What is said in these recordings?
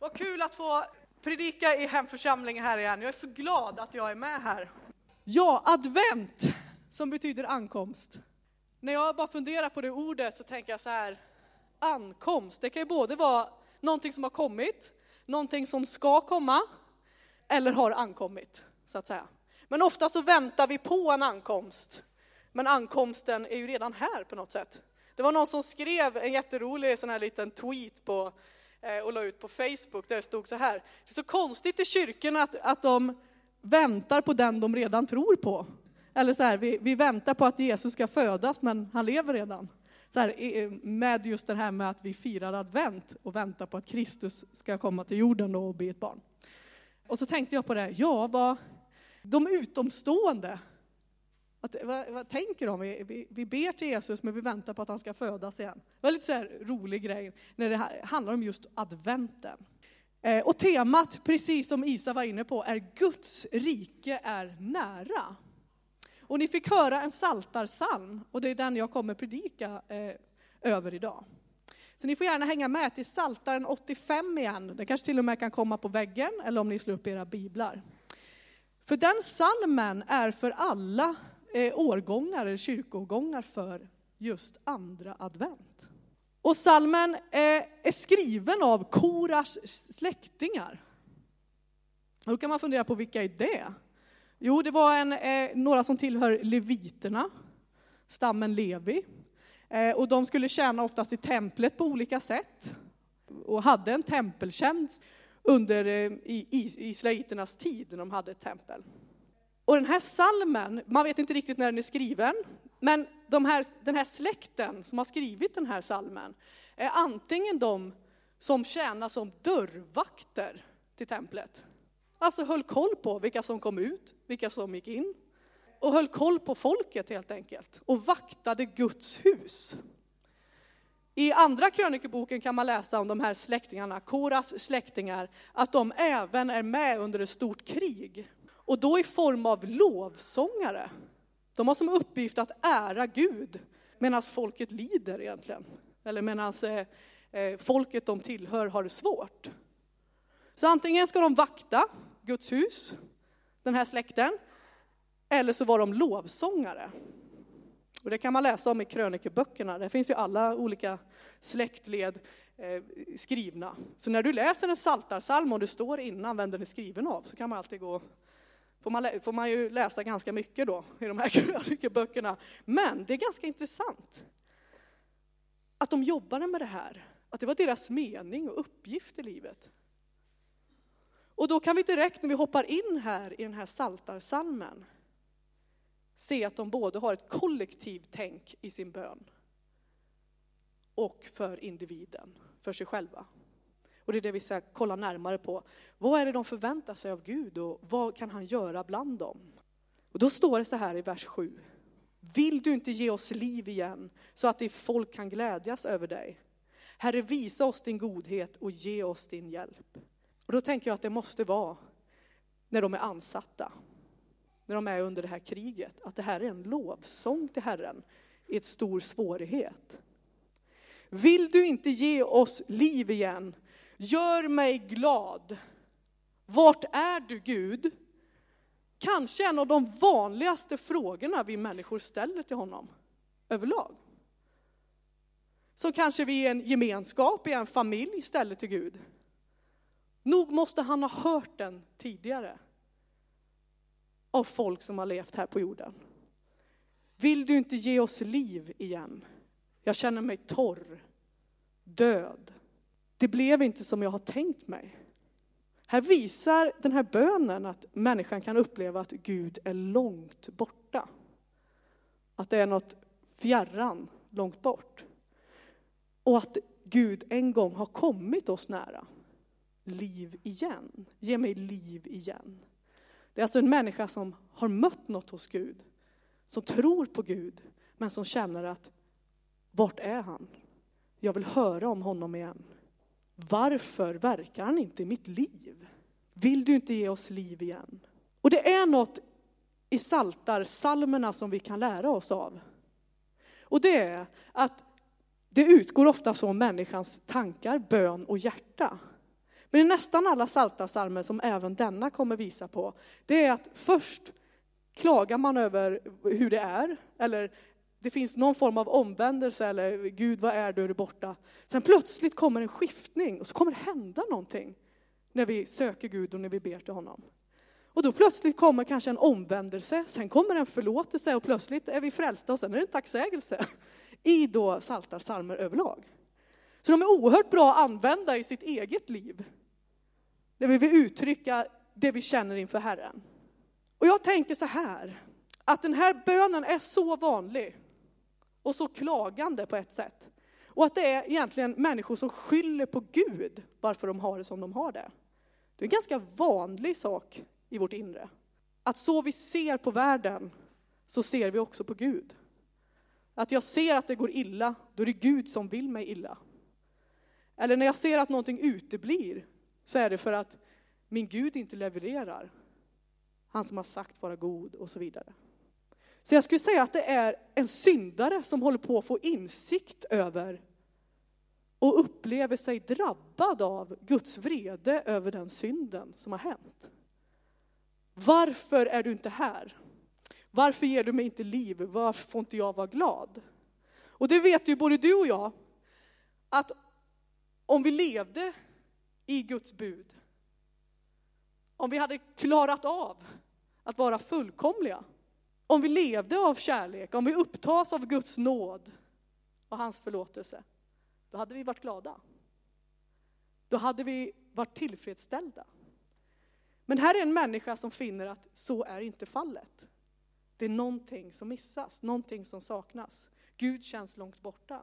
Vad kul att få predika i hemförsamlingen här igen. Jag är så glad att jag är med här. Ja, advent, som betyder ankomst. När jag bara funderar på det ordet så tänker jag så här, ankomst. Det kan ju både vara någonting som har kommit, någonting som ska komma, eller har ankommit, så att säga. Men ofta så väntar vi på en ankomst. Men ankomsten är ju redan här på något sätt. Det var någon som skrev en jätterolig sån här liten tweet på och la ut på Facebook där det stod så här: det är så konstigt i kyrkan att de väntar på den de redan tror på. Eller så här, vi väntar på att Jesus ska födas, men han lever redan. Så här, med just det här med att vi firar advent och väntar på att Kristus ska komma till jorden och bli ett barn. Och så tänkte jag på det, de utomstående, vad tänker de? Vi ber till Jesus, men vi väntar på att han ska födas igen. Det var lite så här rolig grej när det handlar om just adventen. Och temat, precis som Isa var inne på, är Guds rike är nära. Och ni fick höra en saltarsalm, och det är den jag kommer predika över idag. Så ni får gärna hänga med till Saltaren 85 igen. Det kanske till och med kan komma på väggen, eller om ni slår upp era biblar. För den salmen är för alla årgångar eller kyrkogångar för just andra advent. Och salmen är skriven av Koras släktingar. Och då kan man fundera på vilka är det? Jo, det var några som tillhör leviterna, stammen Levi. Och de skulle tjäna oftast i templet på olika sätt. Och hade en tempeltjänst under israeliternas tid när de hade ett tempel. Och den här salmen, man vet inte riktigt när den är skriven. Men den här släkten som har skrivit den här salmen är antingen de som tjänar som dörrvakter till templet. Alltså höll koll på vilka som kom ut, vilka som gick in. Och höll koll på folket helt enkelt. Och vaktade Guds hus. I andra krönikeboken kan man läsa om de här släktingarna, Koras släktingar, att de även är med under ett stort krig. Och då i form av lovsångare. De har som uppgift att ära Gud medan folket lider egentligen. Eller medan folket de tillhör har det svårt. Så antingen ska de vakta Guds hus, den här släkten, eller så var de lovsångare. Och det kan man läsa om i krönikeböckerna. Det finns ju alla olika släktled skrivna. Så när du läser en saltarsalm och det står innan vem den är skriven av, så kan man alltid får man ju läsa ganska mycket då i de här krönikeböckerna. Men det är ganska intressant att de jobbade med det här. Att det var deras mening och uppgift i livet. Och då kan vi direkt när vi hoppar in här i den här saltarsalmen se att de både har ett kollektivt tänk i sin bön och för individen, för sig själva. Och det är det vi ska kolla närmare på. Vad är det de förväntar sig av Gud och vad kan han göra bland dem? Och då står det så här i vers 7. Vill du inte ge oss liv igen så att folk kan glädjas över dig? Herre, visa oss din godhet och ge oss din hjälp. Och då tänker jag att det måste vara när de är ansatta. När de är under det här kriget. Att det här är en lovsång till Herren i ett stor svårighet. Vill du inte ge oss liv igen? Gör mig glad. Vart är du, Gud? Kanske en av de vanligaste frågorna vi människor ställer till honom. Överlag. Så kanske vi är en gemenskap, i en familj ställer till Gud. Nog måste han ha hört den tidigare. Av folk som har levt här på jorden. Vill du inte ge oss liv igen? Jag känner mig torr. Död. Det blev inte som jag har tänkt mig. Här visar den här bönen att människan kan uppleva att Gud är långt borta. Att det är något fjärran, långt bort. Och att Gud en gång har kommit oss nära. Liv igen. Ge mig liv igen. Det är alltså en människa som har mött något hos Gud. Som tror på Gud. Men som känner att vart är han? Jag vill höra om honom igen. Varför verkar han inte i mitt liv? Vill du inte ge oss liv igen? Och det är något i saltarsalmerna som vi kan lära oss av. Och det är att det utgår ofta från människans tankar, bön och hjärta. Men i nästan alla psaltarpsalmer som även denna kommer visa på, det är att först klagar man över hur det är, eller det finns någon form av omvändelse, eller Gud, vad är du, är du borta? Sen plötsligt kommer en skiftning och så kommer det hända någonting när vi söker Gud och när vi ber till honom. Och då plötsligt kommer kanske en omvändelse, sen kommer en förlåtelse och plötsligt är vi frälsta och sen är det en tacksägelse i då psaltarpsalmer överlag. Så de är oerhört bra att använda i sitt eget liv. När vi vill uttrycka det vi känner inför Herren. Och jag tänker så här, att den här bönen är så vanlig och så klagande på ett sätt. Och att det är egentligen människor som skyller på Gud varför de har det som de har det. Det är en ganska vanlig sak i vårt inre. Att så vi ser på världen så ser vi också på Gud. Att jag ser att det går illa, då är det Gud som vill mig illa. Eller när jag ser att någonting uteblir så är det för att min Gud inte levererar. Han som har sagt vara god och så vidare. Så jag skulle säga att det är en syndare som håller på att få insikt över och upplever sig drabbad av Guds vrede över den synden som har hänt. Varför är du inte här? Varför ger du mig inte liv? Varför får inte jag vara glad? Och det vet ju både du och jag, att om vi levde i Guds bud, om vi hade klarat av att vara fullkomliga, om vi levde av kärlek, om vi upptas av Guds nåd och hans förlåtelse, då hade vi varit glada. Då hade vi varit tillfredsställda. Men här är en människa som finner att så är inte fallet. Det är någonting som missas, någonting som saknas. Gud känns långt borta.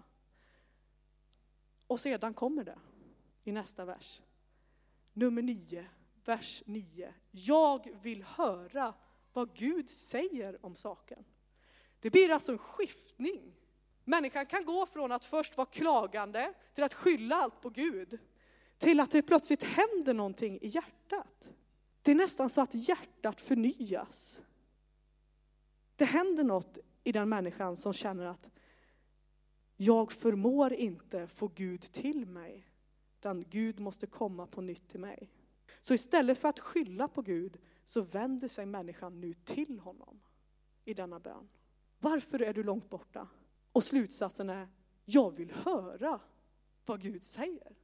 Och sedan kommer det i nästa vers. Nummer 9, vers 9. Jag vill höra vad Gud säger om saken. Det blir alltså en skiftning. Människan kan gå från att först vara klagande till att skylla allt på Gud, till att det plötsligt händer någonting i hjärtat. Det är nästan så att hjärtat förnyas. Det händer något i den människan som känner att jag förmår inte få Gud till mig, utan Gud måste komma på nytt till mig. Så istället för att skylla på Gud så vänder sig människan nu till honom i denna bön. Varför är du långt borta? Och slutsatsen är, jag vill höra vad Gud säger.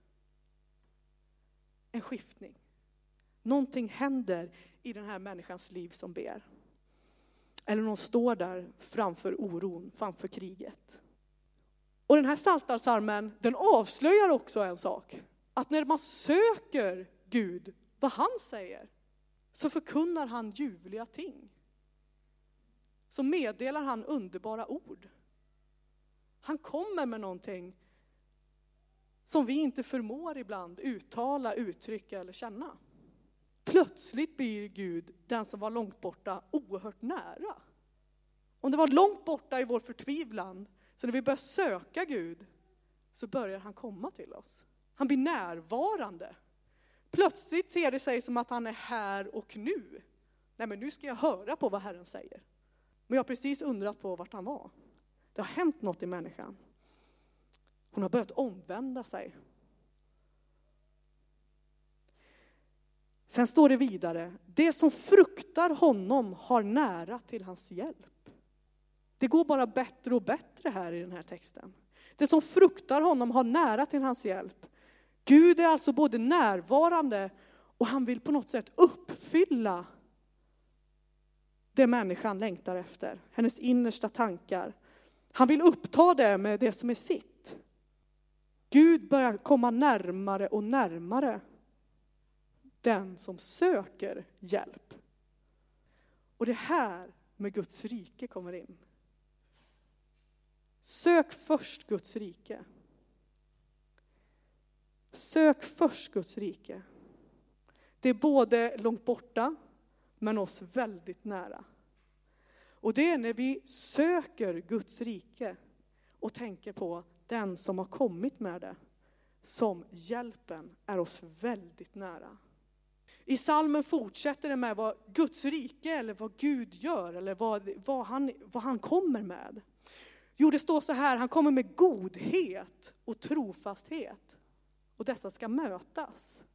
En skiftning. Någonting händer i den här människans liv som ber. Eller någon står där framför oron, framför kriget. Och den här psaltarpsalmen, den avslöjar också en sak. Att när man söker Gud, vad han säger, så förkunnar han ljuvliga ting. Så meddelar han underbara ord. Han kommer med någonting som vi inte förmår ibland uttala, uttrycka eller känna. Plötsligt blir Gud, den som var långt borta, oerhört nära. Om det var långt borta i vår förtvivlan, så när vi börjar söka Gud så börjar han komma till oss. Han blir närvarande. Plötsligt ser det sig som att han är här och nu. Nej, men nu ska jag höra på vad Herren säger. Men jag har precis undrat på vart han var. Det har hänt något i människan. Hon har börjat omvända sig. Sen står det vidare. Det som fruktar honom har nära till hans hjälp. Det går bara bättre och bättre här i den här texten. Det som fruktar honom har nära till hans hjälp. Gud är alltså både närvarande och han vill på något sätt uppfylla det människan längtar efter. Hennes innersta tankar. Han vill uppta det med det som är sitt. Gud börjar komma närmare och närmare den som söker hjälp. Och det här med Guds rike kommer in. Sök först Guds rike. Sök först Guds rike. Det är både långt borta men oss väldigt nära. Och det är när vi söker Guds rike och tänker på den som har kommit med det, som hjälpen är oss väldigt nära. I psalmen fortsätter det med vad Guds rike eller vad Gud gör eller vad han kommer med. Jo, det står så här, han kommer med godhet och trofasthet. Och dessa ska mötas.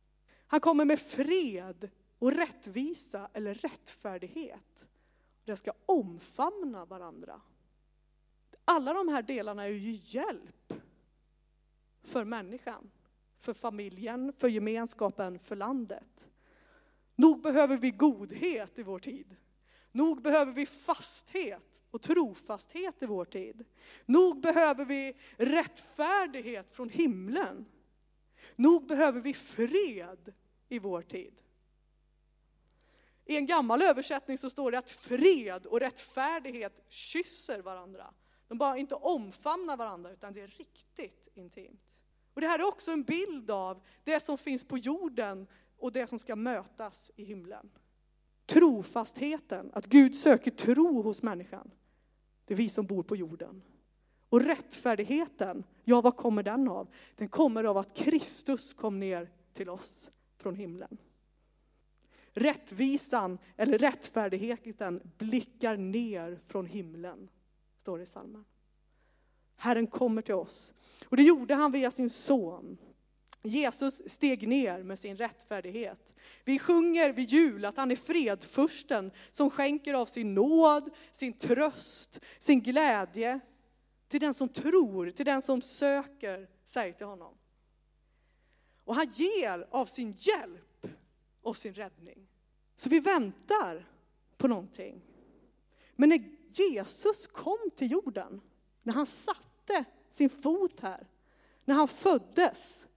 Han kommer med fred och rättvisa eller rättfärdighet. Det ska omfamna varandra. Alla de här delarna är ju hjälp för människan, för familjen, för gemenskapen, för landet. Nog behöver vi godhet i vår tid. Nog behöver vi fasthet och trofasthet i vår tid. Nog behöver vi rättfärdighet från himlen. Nog behöver vi fred i vår tid. I en gammal översättning så står det att fred och rättfärdighet kysser varandra. De bara inte omfamnar varandra, utan det är riktigt intimt. Och det här är också en bild av det som finns på jorden och det som ska mötas i himlen. Trofastheten, att Gud söker tro hos människan. Det är vi som bor på jorden. Och rättfärdigheten, ja, vad kommer den av? Den kommer av att Kristus kom ner till oss från himlen. Rättvisan eller rättfärdigheten blickar ner från himlen, står det i psalmen. Herren kommer till oss. Och det gjorde han via sin son. Jesus steg ner med sin rättfärdighet. Vi sjunger vid jul att han är fredfursten som skänker av sin nåd, sin tröst, sin glädje till den som tror, till den som söker sig till honom. Och han ger av sin hjälp och sin räddning. Så vi väntar på någonting. Men när Jesus kom till jorden, när han satte sin fot här, när han föddes,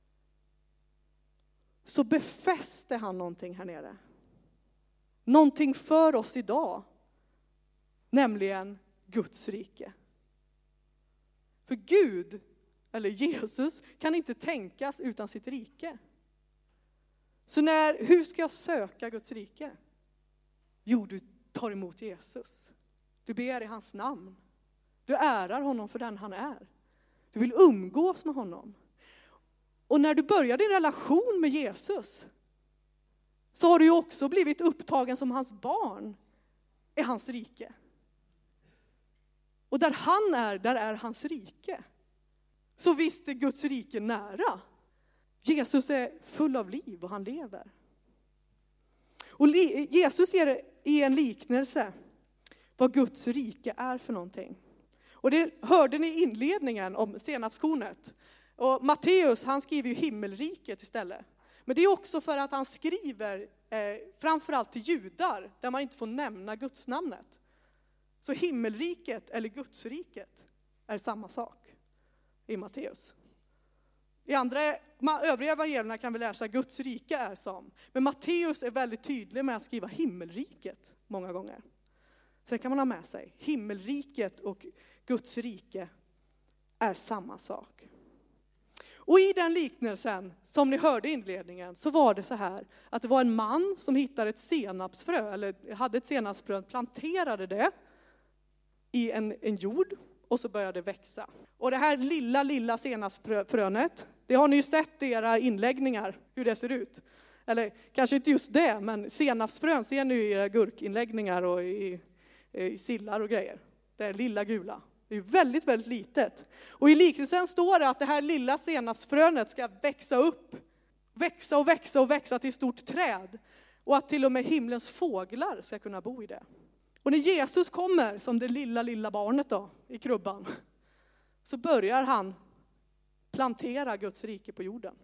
så befäste han någonting här nere. Någonting för oss idag, nämligen Guds rike. För Gud, eller Jesus, kan inte tänkas utan sitt rike. Så hur ska jag söka Guds rike? Jo, du tar emot Jesus. Du ber i hans namn. Du ärar honom för den han är. Du vill umgås med honom. Och när du börjar din relation med Jesus, så har du ju också blivit upptagen som hans barn i hans rike. Och där han är, där är hans rike. Så visst är Guds rike nära. Jesus är full av liv och han lever. Och Jesus ger i en liknelse vad Guds rike är för någonting. Och det hörde ni i inledningen om senapskornet. Och Matteus, han skriver ju himmelriket istället. Men det är också för att han skriver framförallt till judar där man inte får nämna Guds namnet. Så himmelriket eller Gudsriket är samma sak i Matteus. I övriga evangelierna kan vi läsa Guds rike är som. Men Matteus är väldigt tydlig med att skriva himmelriket många gånger. Så det kan man ha med sig. Himmelriket och Guds rike är samma sak. Och i den liknelsen, som ni hörde i inledningen, så var det så här att det var en man som hittade ett senapsfrö, eller hade ett senapsfrö, planterade det i en jord och så började det växa. Och det här lilla senapsfrönet, det har ni ju sett i era inläggningar hur det ser ut. Eller kanske inte just det, men senapsfrön ser ni i era gurkinläggningar och i sillar och grejer. Det är lilla gula. Det är väldigt, väldigt litet. Och i liknelsen står det att det här lilla senapsfrönet ska växa upp. Växa till ett stort träd. Och att till och med himlens fåglar ska kunna bo i det. Och när Jesus kommer som det lilla barnet då, i krubban, så börjar han plantera Guds rike på jorden.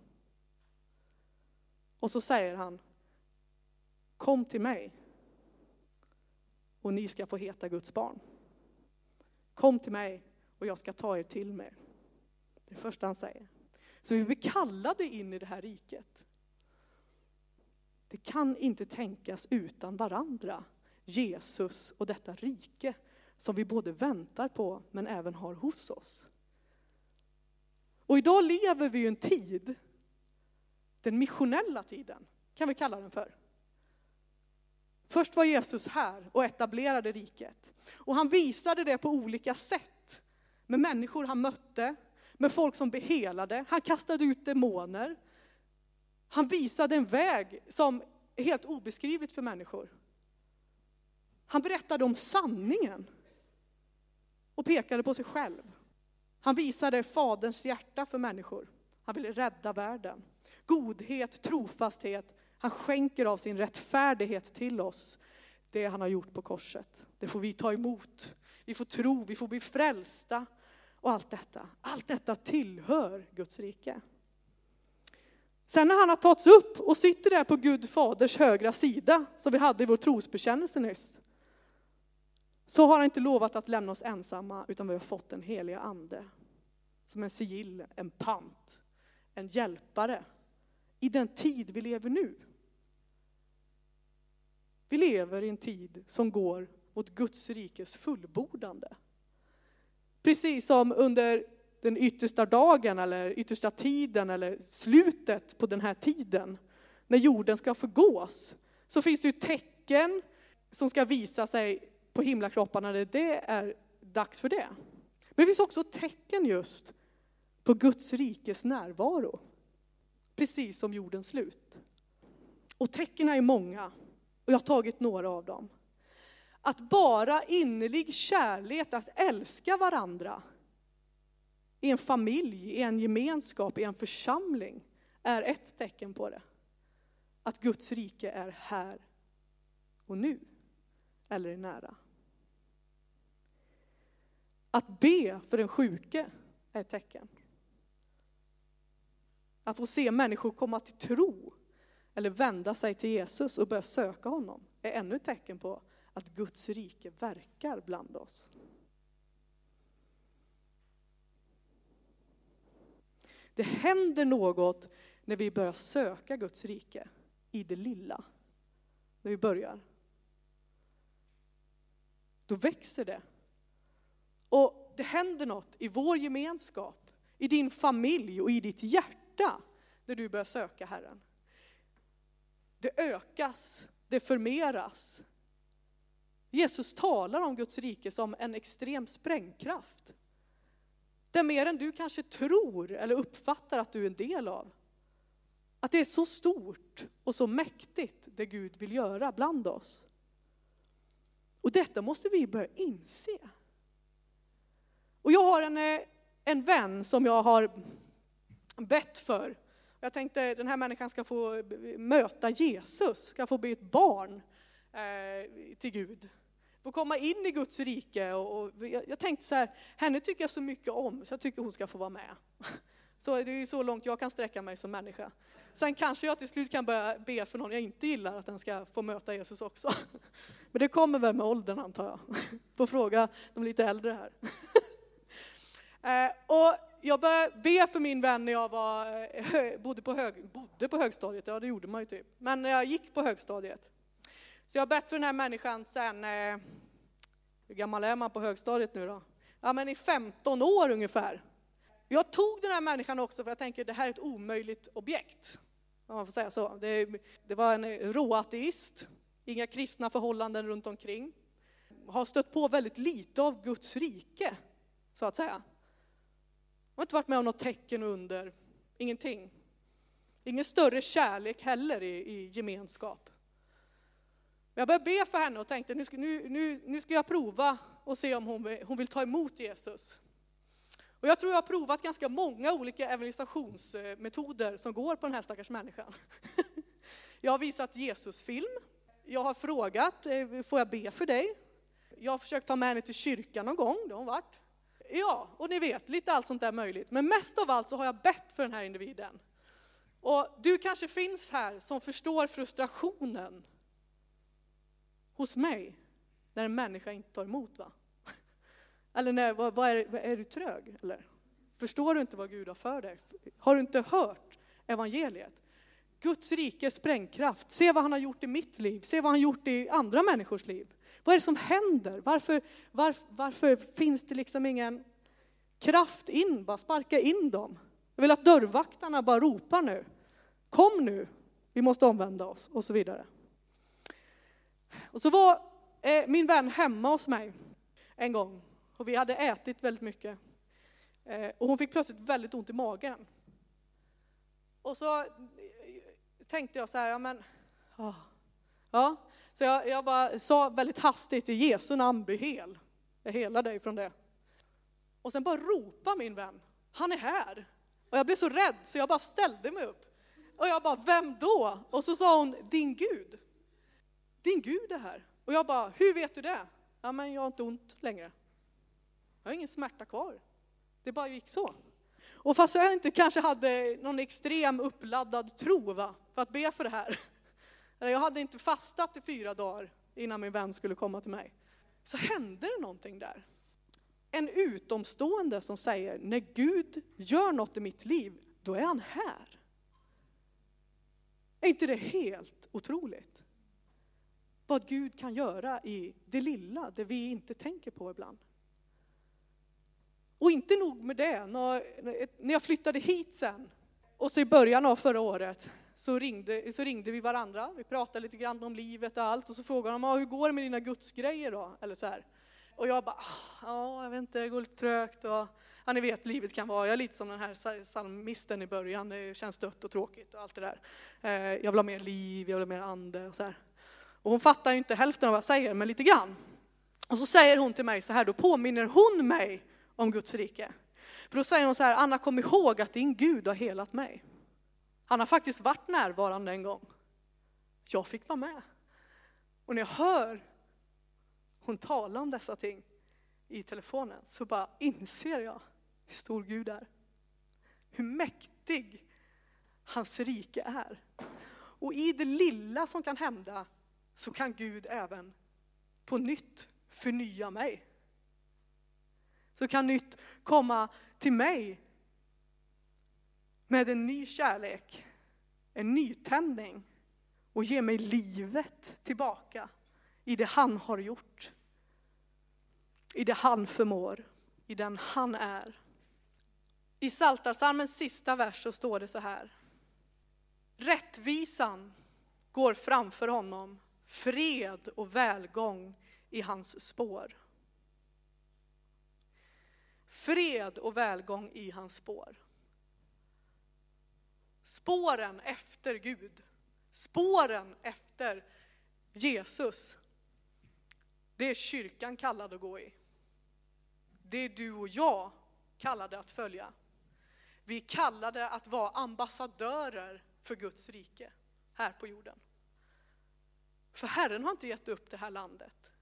Och så säger han: kom till mig och ni ska få heta Guds barn. Kom till mig och jag ska ta er till mig. Det är det första han säger. Så vi blir kallade in i det här riket. Det kan inte tänkas utan varandra. Jesus och detta rike som vi både väntar på men även har hos oss. Och idag lever vi i en tid, den missionella tiden kan vi kalla den för. Först var Jesus här och etablerade riket. Och han visade det på olika sätt. Med människor han mötte, med folk som blev helade. Han kastade ut demoner. Han visade en väg som är helt obeskrivligt för människor. Han berättade om sanningen och pekade på sig själv. Han visade faderns hjärta för människor. Han ville rädda världen. godhet, trofasthet. Han skänker av sin rättfärdighet till oss. Det han har gjort på korset. Det får vi ta emot. Vi får tro, vi får bli frälsta. Och allt detta tillhör Guds rike. Sen när han har tagits upp och sitter där på Gud faders högra sida, som vi hade i vår trosbekännelse nyss, så har han inte lovat att lämna oss ensamma, utan vi har fått en helig ande. Som en sigill, en pant, en hjälpare. I den tid vi lever nu. Vi lever i en tid som går mot Guds rikes fullbordande. Precis som under den yttersta dagen eller yttersta tiden eller slutet på den här tiden. När jorden ska förgås. Så finns det ju tecken som ska visa sig på himlakropparna när det är dags för det. Men det finns också tecken just på Guds rikes närvaro. Precis som jordens slut. Och tecken är många. Och jag har tagit några av dem. Att bara innerlig kärlek, att älska varandra i en familj, i en gemenskap, i en församling är ett tecken på det. Att Guds rike är här och nu eller är nära. Att be för den sjuke är ett tecken. Att få se människor komma till tro eller vända sig till Jesus och börja söka honom är ännu ett tecken på att Guds rike verkar bland oss. Det händer något när vi börjar söka Guds rike i det lilla. När vi börjar. Då växer det. Och det händer något i vår gemenskap, i din familj och i ditt hjärta när du börjar söka Herren. Det ökas, det förmeras. Jesus talar om Guds rike som en extrem sprängkraft. Det mer än du kanske tror eller uppfattar att du är en del av. Att det är så stort och så mäktigt det Gud vill göra bland oss. Och detta måste vi börja inse. Och jag har en vän som jag har bett för. Jag tänkte den här människan ska få möta Jesus, ska få bli ett barn till Gud. Få komma in i Guds rike och jag tänkte så här, henne tycker jag så mycket om så jag tycker hon ska få vara med. Så det är ju så långt jag kan sträcka mig som människa. Sen kanske jag till slut kan börja be för någon jag inte gillar att den ska få möta Jesus också. Men det kommer väl med åldern antar jag. Får fråga de lite äldre här. Och jag började be för min vän när jag bodde på högstadiet. Ja, det gjorde man ju typ. Men när jag gick på högstadiet. Så jag har bett för den här människan sen, hur gammal är man på högstadiet nu då? Ja, men i 15 år ungefär. Jag tog den här människan också för jag tänker det här är ett omöjligt objekt. Om man får säga så. Det var en råateist. Inga kristna förhållanden runt omkring. Har stött på väldigt lite av Guds rike, så att säga. Har inte varit med om något tecken under. Ingenting. Ingen större kärlek heller i gemenskap. Jag började be för henne och tänkte nu ska jag prova och se om hon vill ta emot Jesus. Och jag tror jag har provat ganska många olika evangelisationsmetoder som går på den här stackars människan. Jag har visat Jesusfilm. Jag har frågat, får jag be för dig? Jag har försökt ta med henne till kyrkan någon gång, det har hon varit. Ja, och ni vet, lite allt sånt där möjligt. Men mest av allt så har jag bett för den här individen. Och du kanske finns här som förstår frustrationen hos mig när en människa inte tar emot, va? Eller är du trög? Eller? Förstår du inte vad Gud har för dig? Har du inte hört evangeliet? Guds rike sprängkraft. Se vad han har gjort i mitt liv. Se vad han har gjort i andra människors liv. Vad är det som händer? Varför finns det liksom ingen kraft in? Bara sparka in dem. Jag vill att dörrvaktarna bara ropar nu. Kom nu. Vi måste omvända oss. Och så vidare. Och så var min vän hemma hos mig en gång. Och vi hade ätit väldigt mycket. Och hon fick plötsligt väldigt ont i magen. Och så tänkte jag så här, ja. Så jag bara sa väldigt hastigt i Jesu namn bli hel. Jag helar dig från det. Och sen bara ropa min vän. Han är här. Och jag blev så rädd så jag bara ställde mig upp. Och jag bara, vem då? Och så sa hon, din Gud. Din Gud är här. Och jag bara, hur vet du det? Ja, men jag har inte ont längre. Jag har ingen smärta kvar. Det bara gick så. Och fast jag inte kanske hade någon extrem uppladdad tro för att be för det här. Eller jag hade inte fastat i 4 dagar innan min vän skulle komma till mig. Så hände det någonting där. En utomstående som säger, när Gud gör något i mitt liv, då är han här. Är inte det helt otroligt? Vad Gud kan göra i det lilla, det vi inte tänker på ibland. Och inte nog med det, när jag flyttade hit sen, och så i början av förra året, så ringde vi varandra. Vi pratade lite grann om livet och allt, och så frågade de, hur går det med dina gudsgrejer då? Eller så här. Och jag bara, jag vet inte, det går lite trögt. Och, ja, ni vet, livet kan vara, jag är lite som den här psalmisten i början, det känns dött och tråkigt och allt det där. Jag vill ha mer liv, jag vill ha mer ande och så här. Och hon fattar ju inte hälften av vad jag säger, men lite grann. Och så säger hon till mig så här, då påminner hon mig om Guds rike. För då säger hon så här, Anna, kom ihåg att din Gud har helat mig. Han har faktiskt varit närvarande en gång. Jag fick vara med. Och när jag hör hon tala om dessa ting i telefonen, så bara inser jag hur stor Gud är. Hur mäktig hans rike är. Och i det lilla som kan hända, så kan Gud även på nytt förnya mig. Så kan nytt komma till mig med en ny kärlek, en nytändning, och ge mig livet tillbaka i det han har gjort, i det han förmår, i den han är. I Psaltarpsalmens sista vers så står det så här: rättvisan går framför honom, fred och välgång i hans spår. Fred och välgång i hans spår. Spåren efter Gud. Spåren efter Jesus. Det är kyrkan kallad att gå i. Det är du och jag kallade att följa. Vi kallade att vara ambassadörer för Guds rike här på jorden. För Herren har inte gett upp det här landet.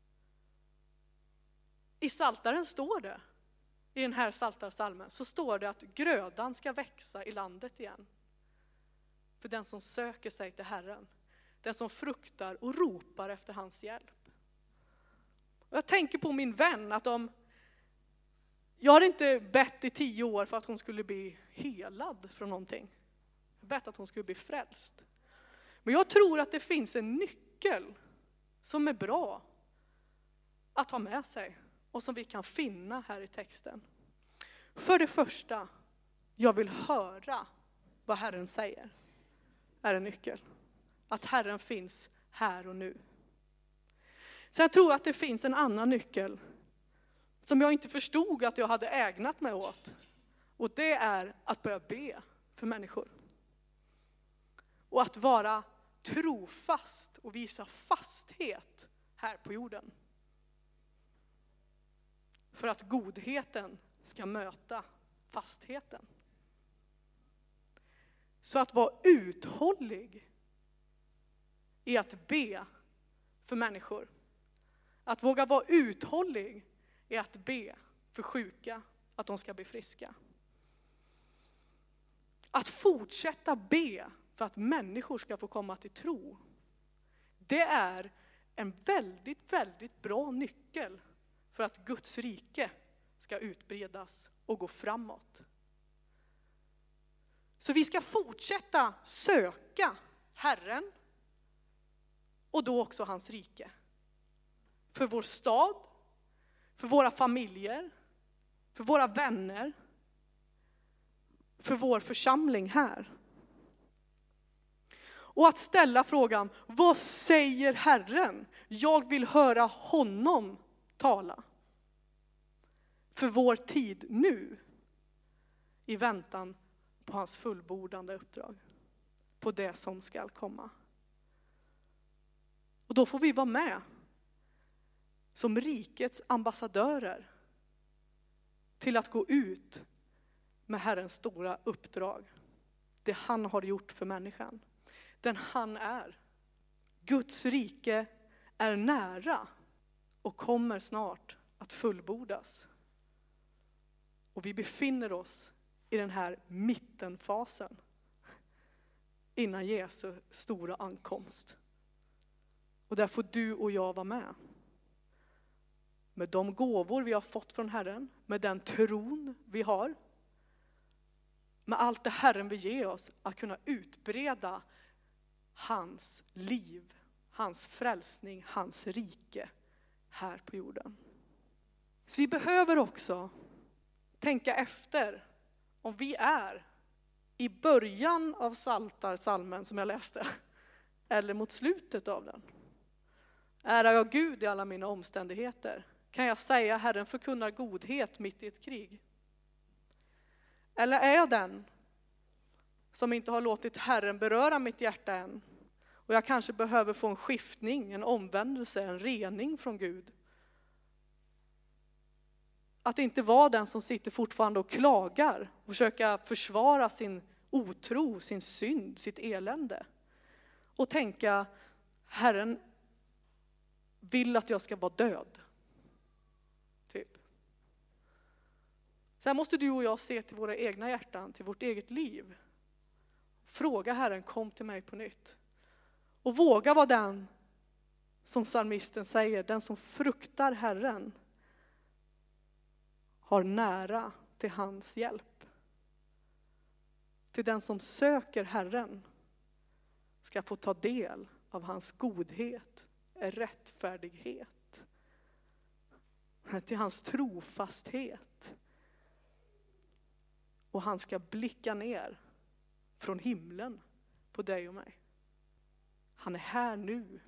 I Psaltaren står det, i den här Psaltarpsalmen, så står det att grödan ska växa i landet igen. För den som söker sig till Herren. Den som fruktar och ropar efter hans hjälp. Och jag tänker på min vän, att jag hade inte bett i 10 år för att hon skulle bli helad från någonting. Jag bett att hon skulle bli frälst. Men jag tror att det finns en nyckel som är bra att ha med sig. Och som vi kan finna här i texten. För det första, jag vill höra vad Herren säger. Är en nyckel. Att Herren finns här och nu. Sen tror jag att det finns en annan nyckel. Som jag inte förstod att jag hade ägnat mig åt. Och det är att börja be för människor. Och att vara trofast och visa fasthet här på jorden. För att godheten ska möta fastheten. Så att vara uthållig i att be för människor. Att våga vara uthållig i att be för sjuka, att de ska bli friska. Att fortsätta be för att människor ska få komma till tro. Det är en väldigt, väldigt bra nyckel för att Guds rike ska utbredas och gå framåt. Så vi ska fortsätta söka Herren och då också hans rike. För vår stad, för våra familjer, för våra vänner, för vår församling här. Och att ställa frågan, vad säger Herren? Jag vill höra honom tala. För vår tid nu. I väntan på hans fullbordande uppdrag. På det som ska komma. Och då får vi vara med. Som rikets ambassadörer. Till att gå ut med Herrens stora uppdrag. det han har gjort för människan. Den han är. Guds rike är nära och kommer snart att fullbordas. Och vi befinner oss i den här mittenfasen innan Jesu stora ankomst. Och där får du och jag vara med. Med de gåvor vi har fått från Herren, med den tron vi har, med allt det Herren vill ge oss, att kunna utbreda hans liv, hans frälsning, hans rike här på jorden. Så vi behöver också tänka efter om vi är i början av Psaltarpsalmen som jag läste, eller mot slutet av den. Ärar jag Gud i alla mina omständigheter? Kan jag säga Herren förkunnar godhet mitt i ett krig? Eller är jag den som inte har låtit Herren beröra mitt hjärta än? Och jag kanske behöver få en skiftning, en omvändelse, en rening från Gud. Att inte vara den som sitter fortfarande och klagar och försöka försvara sin otro, sin synd, sitt elände. Och tänka, Herren vill att jag ska vara död. Typ. Sen måste du och jag se till våra egna hjärtan, till vårt eget liv. Fråga Herren, kom till mig på nytt. Och våga vara den som psalmisten säger, den som fruktar Herren har nära till hans hjälp. Till den som söker Herren ska få ta del av hans godhet, rättfärdighet, till hans trofasthet. Och han ska blicka ner från himlen på dig och mig. Han är här nu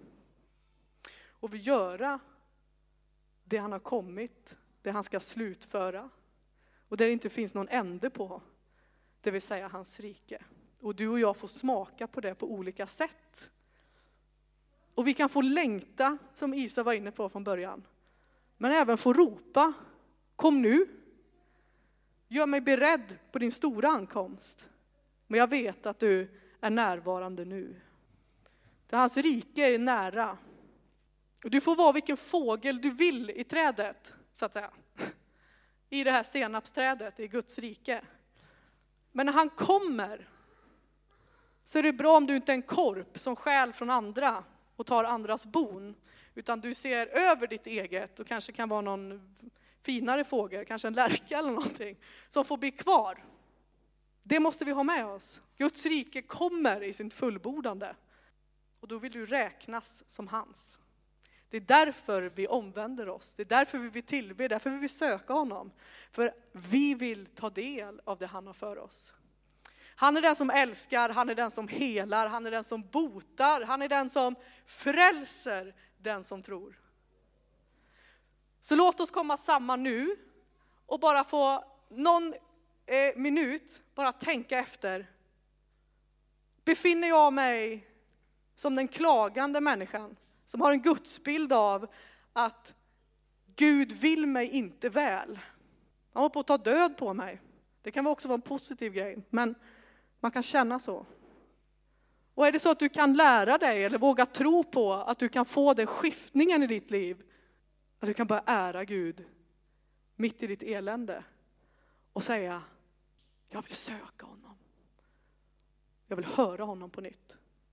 och vill göra det han har kommit, det han ska slutföra och där det inte finns någon ände på, det vill säga hans rike. Och du och jag får smaka på det på olika sätt. Och vi kan få längta, som Isa var inne på från början, men även få ropa, kom nu, gör mig beredd på din stora ankomst. Men jag vet att du är närvarande nu. Det hans rike är nära. Och du får vara vilken fågel du vill i trädet, så att säga. I det här senapsträdet i Guds rike. Men när han kommer så är det bra om du inte är en korp som stjäl från andra och tar andras bon. Utan du ser över ditt eget och kanske kan vara någon finare fågel, kanske en lärka eller någonting, som får bli kvar. Det måste vi ha med oss. Guds rike kommer i sin fullbordande. Och då vill du räknas som hans. Det är därför vi omvänder oss. Det är därför vi vill tillbe, därför vi vill söka honom. För vi vill ta del av det han har för oss. Han är den som älskar, han är den som helar, han är den som botar, han är den som frälser den som tror. Så låt oss komma samman nu och bara få någon minut bara tänka efter. Befinner jag mig som den klagande människan som har en gudsbild av att Gud vill mig inte väl? Han var på att ta död på mig. Det kan också vara en positiv grej, men man kan känna så. Och är det så att du kan lära dig eller våga tro på att du kan få den skiftningen i ditt liv, att du kan börja ära Gud mitt i ditt elände och säga, jag vill söka honom. Jag vill höra honom på nytt.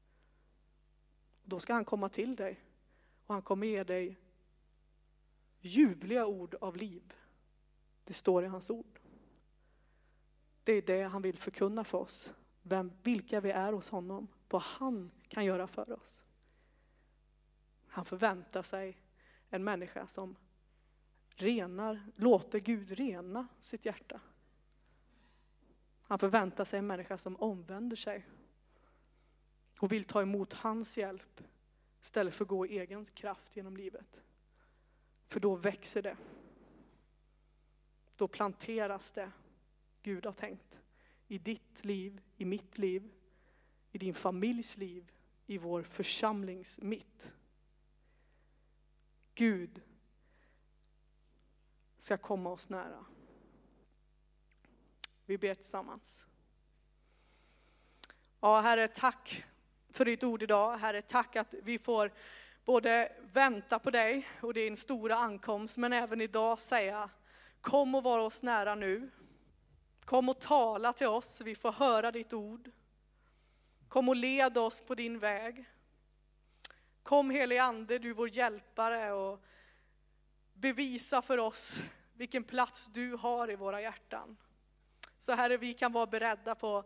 Då ska han komma till dig och han kommer ge dig ljuvliga ord av liv. Det står i hans ord. Det är det han vill förkunna för oss. Vilka vi är hos honom. Vad han kan göra för oss. Han förväntar sig en människa som låter Gud rena sitt hjärta. Han förväntar sig en människa som omvänder sig. Och vill ta emot hans hjälp. Istället för att gå i egen kraft genom livet. För då växer det. Då planteras det. Gud har tänkt. I ditt liv, i mitt liv, i din familjs liv, i vår församlings mitt. Gud ska komma oss nära. Vi ber tillsammans. Ja, Herre, tack för ditt ord idag. Herre, tack att vi får både vänta på dig och din stora ankomst, men även idag säga: kom och var oss nära nu. Kom och tala till oss, vi får höra ditt ord. Kom och led oss på din väg. Kom, helige ande, du vår hjälpare, och bevisa för oss vilken plats du har i våra hjärtan. Så Herre, vi kan vara beredda på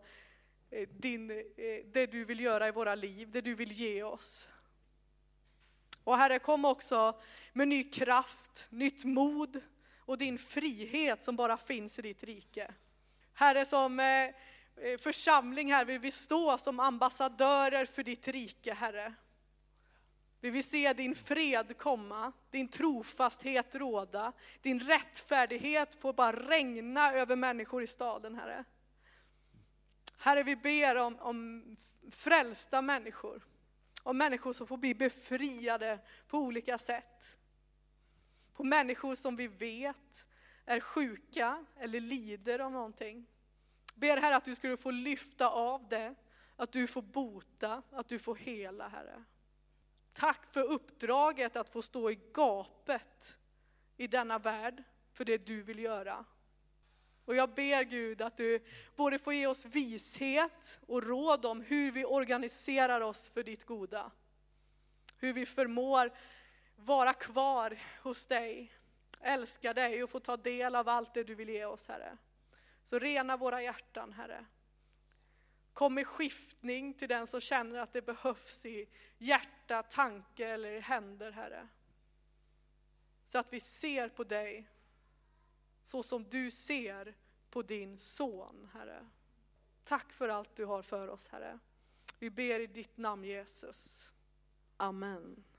det du vill göra i våra liv, det du vill ge oss. Och Herre, kom också med ny kraft, nytt mod och din frihet som bara finns i ditt rike. Herre, som församling här vill vi stå som ambassadörer för ditt rike, Herre. Vi vill se din fred komma, din trofasthet råda, din rättfärdighet får bara regna över människor i staden, Herre. Herre, vi ber om frälsta människor, om människor som får bli befriade på olika sätt. På människor som vi vet är sjuka eller lider av någonting. Ber, Herre, att du skulle få lyfta av det, att du får bota, att du får hela, Herre. Tack för uppdraget att få stå i gapet i denna värld för det du vill göra. Och jag ber, Gud, att du både får ge oss vishet och råd om hur vi organiserar oss för ditt goda. Hur vi förmår vara kvar hos dig, älska dig och få ta del av allt det du vill ge oss, Herre. Så rena våra hjärtan, Herre. Kom med skiftning till den som känner att det behövs i hjärta, tanke eller händer, Herre. Så att vi ser på dig så som du ser på din son, Herre. Tack för allt du har för oss, Herre. Vi ber i ditt namn, Jesus. Amen.